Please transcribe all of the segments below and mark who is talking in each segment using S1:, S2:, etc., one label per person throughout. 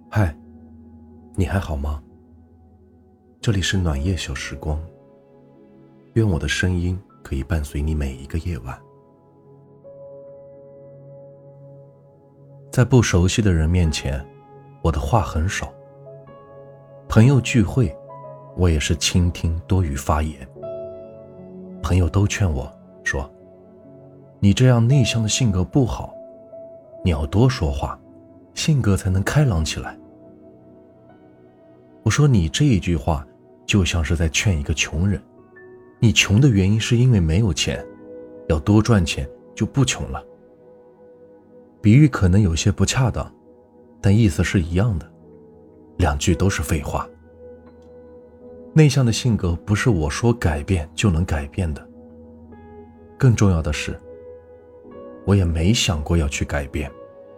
S1: 嗨，你还好吗？这里是暖夜小时光，愿我的声音可以伴随你每一个夜晚。在不熟悉的人面前，我的话很少。朋友聚会，我也是倾听多于发言。朋友都劝我说，你这样内向的性格不好，你要多说话，性格才能开朗起来。我说你这一句话就像是在劝一个穷人，你穷的原因是因为没有钱，要多赚钱就不穷了。比喻可能有些不恰当，但意思是一样的，两句都是废话。内向的性格不是我说改变就能改变的，更重要的是，我也没想过要去改变。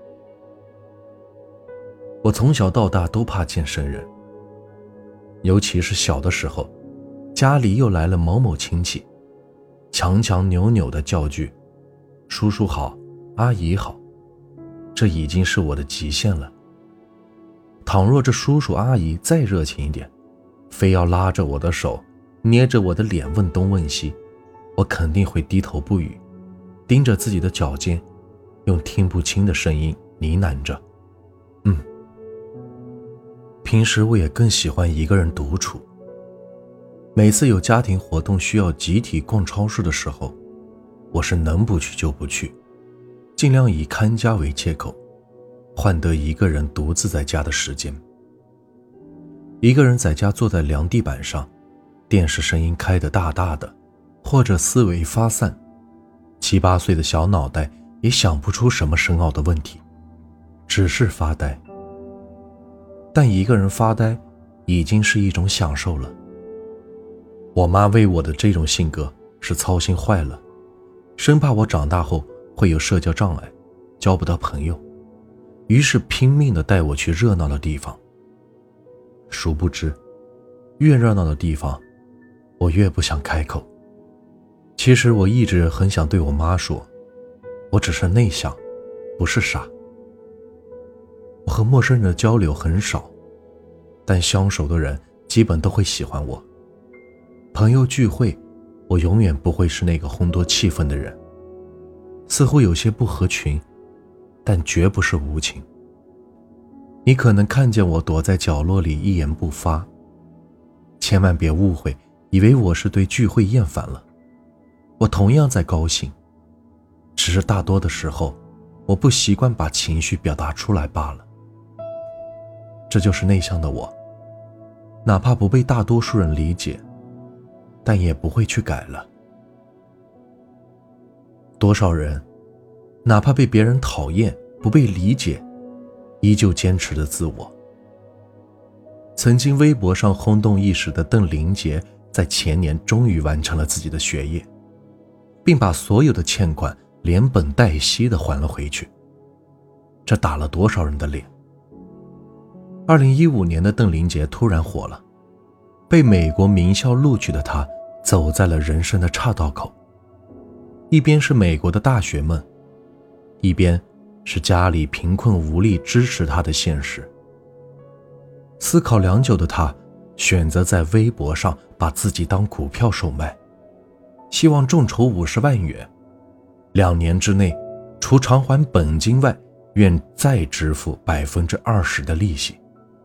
S1: 我从小到大都怕见生人，尤其是小的时候，家里又来了某某亲戚，强强扭扭的叫句叔叔好，阿姨好，这已经是我的极限了。倘若这叔叔阿姨再热情一点，非要拉着我的手，捏着我的脸问东问西，我肯定会低头不语，盯着自己的脚尖，用听不清的声音呢喃着平时我也更喜欢一个人独处。每次有家庭活动需要集体逛超市的时候，我是能不去就不去，尽量以看家为借口，换得一个人独自在家的时间。一个人在家坐在凉地板上，电视声音开得大大的，或者思维发散，7、8岁的小脑袋也想不出什么深奥的问题，只是发呆。但一个人发呆已经是一种享受了。我妈为我的这种性格是操心坏了，生怕我长大后会有社交障碍，交不到朋友，于是拼命地带我去热闹的地方。殊不知，越热闹的地方，我越不想开口。其实我一直很想对我妈说，我只是内向，不是傻。我和陌生人的交流很少，但相熟的人基本都会喜欢我。朋友聚会，我永远不会是那个烘托气氛的人，似乎有些不合群，但绝不是无情。你可能看见我躲在角落里一言不发，千万别误会，以为我是对聚会厌烦了。我同样在高兴，只是大多的时候，我不习惯把情绪表达出来罢了。这就是内向的我，哪怕不被大多数人理解，但也不会去改了。多少人，哪怕被别人讨厌，不被理解，依旧坚持着自我。曾经微博上轰动一时的邓玲杰，在前年终于完成了自己的学业，并把所有的欠款连本带息地还了回去。这打了多少人的脸？2015年的邓玲杰突然火了，被美国名校录取的她走在了人生的岔道口，一边是美国的大学梦，一边是家里贫困无力支持她的现实。思考良久的她选择在微博上把自己当股票售卖，希望众筹50万元，2年之内除偿还本金外，愿再支付20%的利息。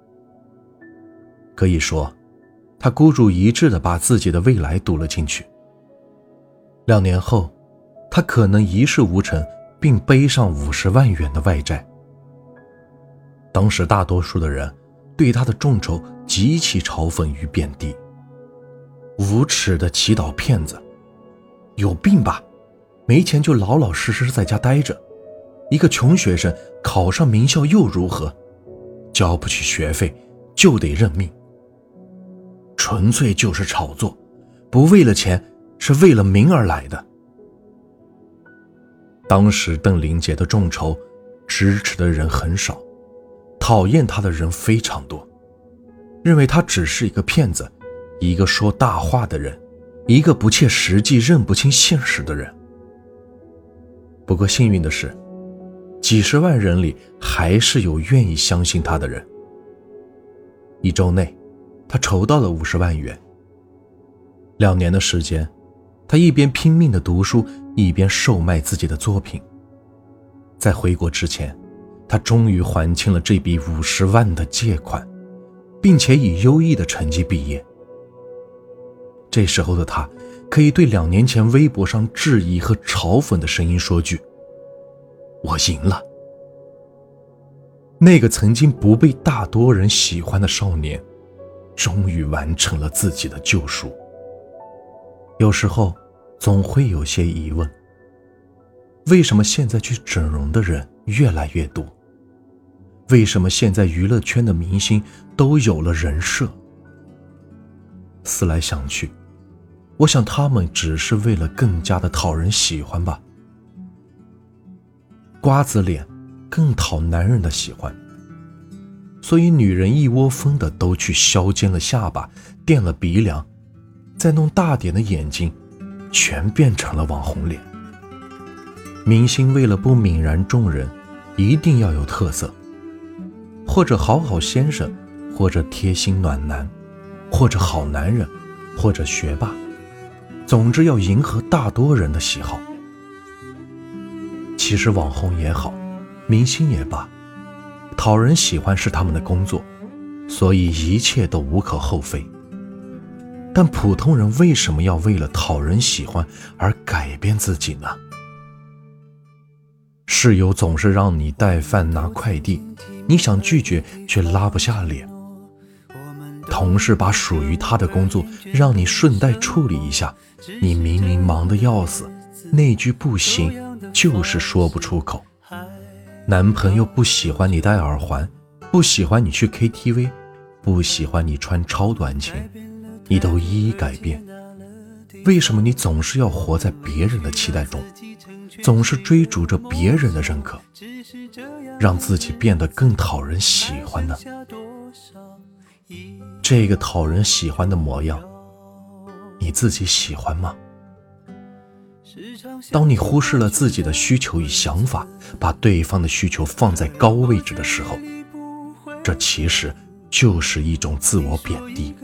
S1: 可以说，他孤注一掷地把自己的未来赌了进去。2年后，他可能一事无成，并背上50万元的外债。当时大多数的人对他的众筹极其嘲讽与贬低，无耻的祈祷骗子，有病吧，没钱就老老实实在家待着，一个穷学生考上名校又如何，交不起学费就得认命，纯粹就是炒作，不为了钱，是为了名而来的。当时邓玲杰的众筹支持的人很少，讨厌他的人非常多，认为他只是一个骗子，一个说大话的人，一个不切实际认不清现实的人。不过幸运的是，几十万人里还是有愿意相信他的人， 1周内，他筹到了50万元。2年的时间，他一边拼命地读书，一边售卖自己的作品。在回国之前，他终于还清了这笔50万的借款，并且以优异的成绩毕业。这时候的他，可以对2年前微博上质疑和嘲讽的声音说句：我赢了。那个曾经不被大多人喜欢的少年，终于完成了自己的救赎。有时候总会有些疑问，为什么现在去整容的人越来越多？为什么现在娱乐圈的明星都有了人设？思来想去，我想他们只是为了更加的讨人喜欢吧。瓜子脸更讨男人的喜欢，所以女人一窝蜂的都去削尖了下巴，垫了鼻梁，再弄大点的眼睛，全变成了网红脸。明星为了不泯然众人，一定要有特色，或者好好先生，或者贴心暖男，或者好男人，或者学霸，总之要迎合大多人的喜好。其实网红也好，明星也罢，讨人喜欢是他们的工作，所以一切都无可厚非。但普通人为什么要为了讨人喜欢而改变自己呢？室友总是让你带饭拿快递，你想拒绝却拉不下脸。同事把属于他的工作让你顺带处理一下，你明明忙得要死，那句不行就是说不出口。男朋友不喜欢你戴耳环，不喜欢你去 KTV， 不喜欢你穿超短裙，你都一一改变。为什么你总是要活在别人的期待中，总是追逐着别人的认可，让自己变得更讨人喜欢呢？这个讨人喜欢的模样，你自己喜欢吗？当你忽视了自己的需求与想法，把对方的需求放在高位置的时候，这其实就是一种自我贬低。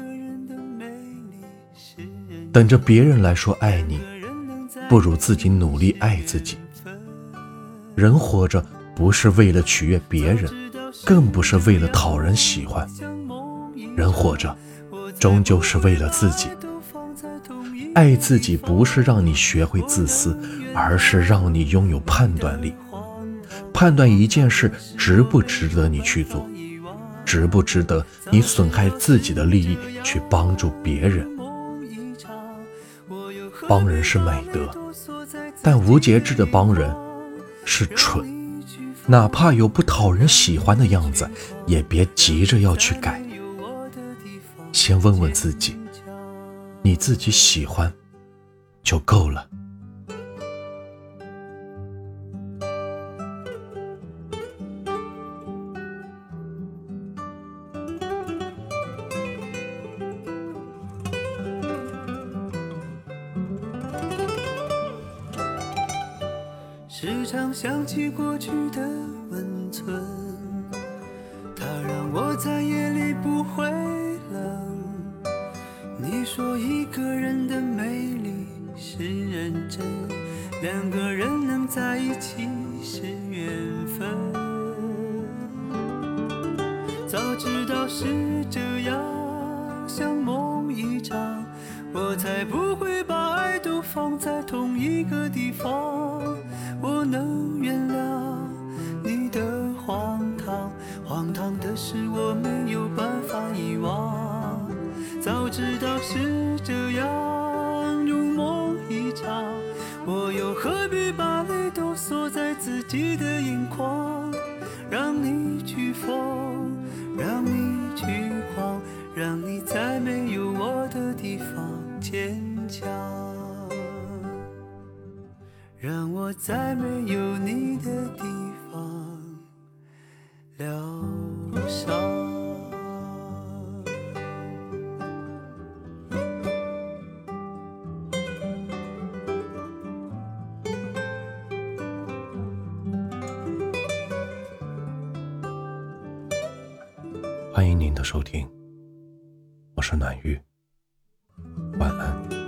S1: 等着别人来说爱你，不如自己努力爱自己。人活着不是为了取悦别人，更不是为了讨人喜欢，人活着终究是为了自己。爱自己不是让你学会自私，而是让你拥有判断力，判断一件事值不值得你去做，值不值得你损害自己的利益去帮助别人。帮人是美德，但无节制的帮人是蠢。哪怕有不讨人喜欢的样子，也别急着要去改。先问问自己，你自己喜欢就够了。
S2: 时常想起过去的温存，它让我在夜里不会冷。你说一个人的美丽是认真，两个人能在一起是缘分。早知道是这样，像梦一场，我才不会把爱都放在同一个地方。我能原谅你的荒唐，荒唐的是我没有办法遗忘。早知道是这样，如梦一场，我又何必把泪都锁在自己的眼眶？让你去疯，让你去狂，让你在没有我的地方坚强，让我在没有你的地方疗伤。
S1: 欢迎您的收听。 我是暖玉，晚安。